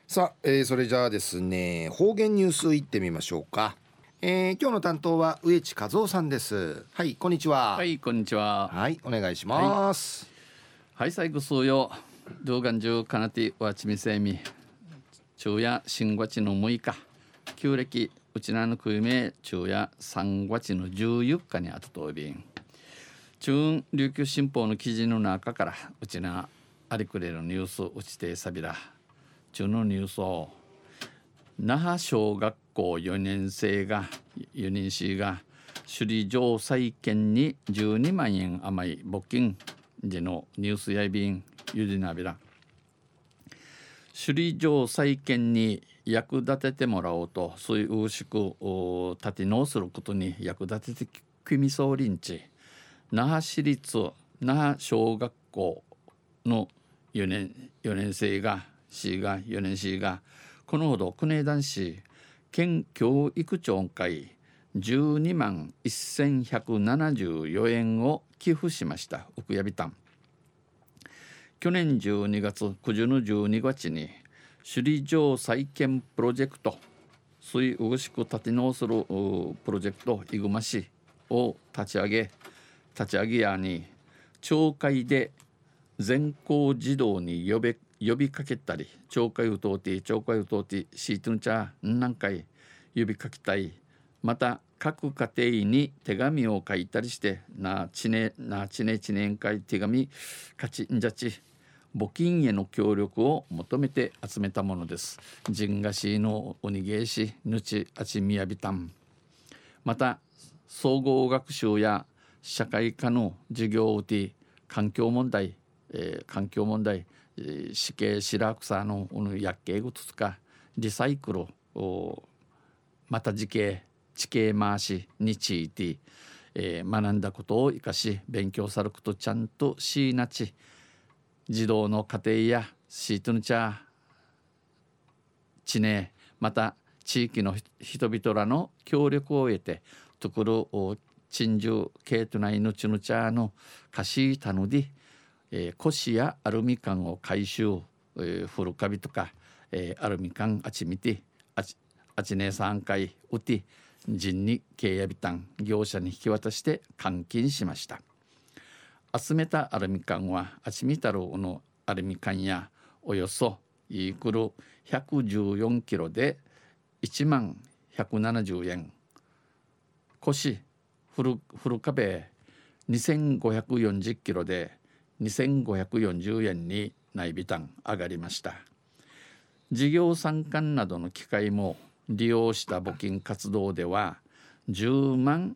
さあ、それじゃあですね、方言ニュースいってみましょうか。今日の担当は植地和夫さんです。はい、こんにちは。 はい、こんにちは。 はい、お願いしはい、 ます。 はい、最後数曜、動画中かなてわちみせみ、昼夜新月の6日、旧暦うちなのくいめ昼夜3月の14日にあたとびん。中琉球新報の記事の中からうちなありくれるニュースうちてさびら。中のニュースを那覇小学校4年生が4人生が首里城再建に12万円余り募金時のニュースやいびんゆでなびら。首里城再建に役立ててもらおうとそういうしく立て直することに役立ててきみそうりんち那覇市立那覇小学校の4年生が4年生がこのほど国枝男子県教育長会12万1174円を寄付しました。うくやびたん。去年12月9日の12月に首里城再建プロジェクト水うぐしく立て直するプロジェクトいぐま市を立ち上げやに町会で全校児童に呼びかけたり町会うとうてシートンチャー何回呼びかけたい。また各家庭に手紙を書いたりしてちね会手紙かちんじゃち募金への協力を求めて集めたものです。ジンガシーのおにげーしぬちあちみやびたん。また総合学習や社会科の授業をて環境問題、死刑白草の薬系ごとつかリサイクルまた地形回しについて、学んだことを生かし勉強されることちゃんとしなち児童の家庭やシートヌチャー地ねまた地域の人々らの協力を得てところ珍獣系とないのちぬちゃの貸したので腰やアルミ缶を回収、古カビとか、アルミ缶あちみてあちね3回うて人に契約ビタン業者に引き渡して換金しました。集めたアルミ缶はあちみたるのアルミ缶やおよそイークル114キロで1万170円腰古壁2540キロで2540円に内ビタン上がりました。事業参観などの機会も利用した募金活動では10万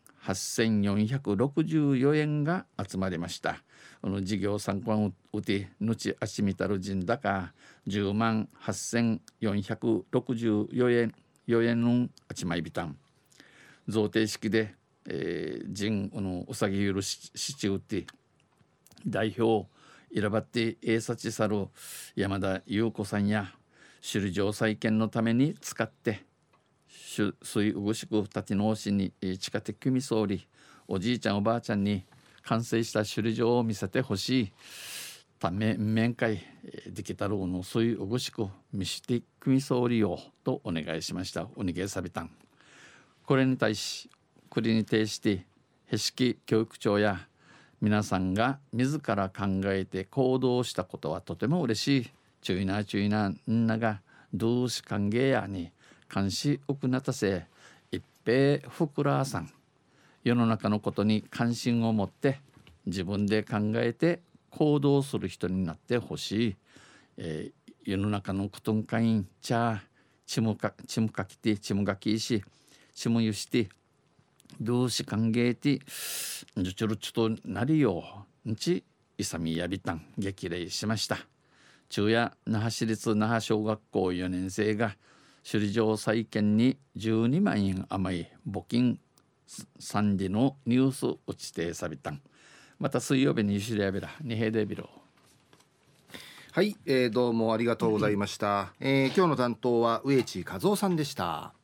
8464円が集まりました。この事業参観をうてぬちあしみたる人だか10万8464円のあちまいびたん贈呈式で、人うさぎゆるしちうて代表選ばって英察さる山田優子さんや首里城再建のために使って水うぐしく立て直しに地下鉄組総理おじいちゃんおばあちゃんに完成した首里城を見せてほしいため面会できたるの水うぐしく見せて組総理をとお願いしました。おにげさびたん。これに対し国に対してへしき教育長や皆さんが自ら考えて行動したことはとても嬉しい。注意なんながどうし歓迎やに監視うくなたせ一平ふくらさん世の中のことに関心を持って自分で考えて行動する人になってほしい、世の中のことんかいんちゃちむかきてちむがきしちむゆしてどうし歓迎てじちょるちょとなりよんちいさみやびたん激励しました。昼夜那覇市立那覇小学校4年生が首里城再建に12万円余り募金3里のニュース打ちてさびたん。また水曜日にゆしりやびらにへでびろ。 はい、どうもありがとうございました。今日の担当は植地和夫さんでした。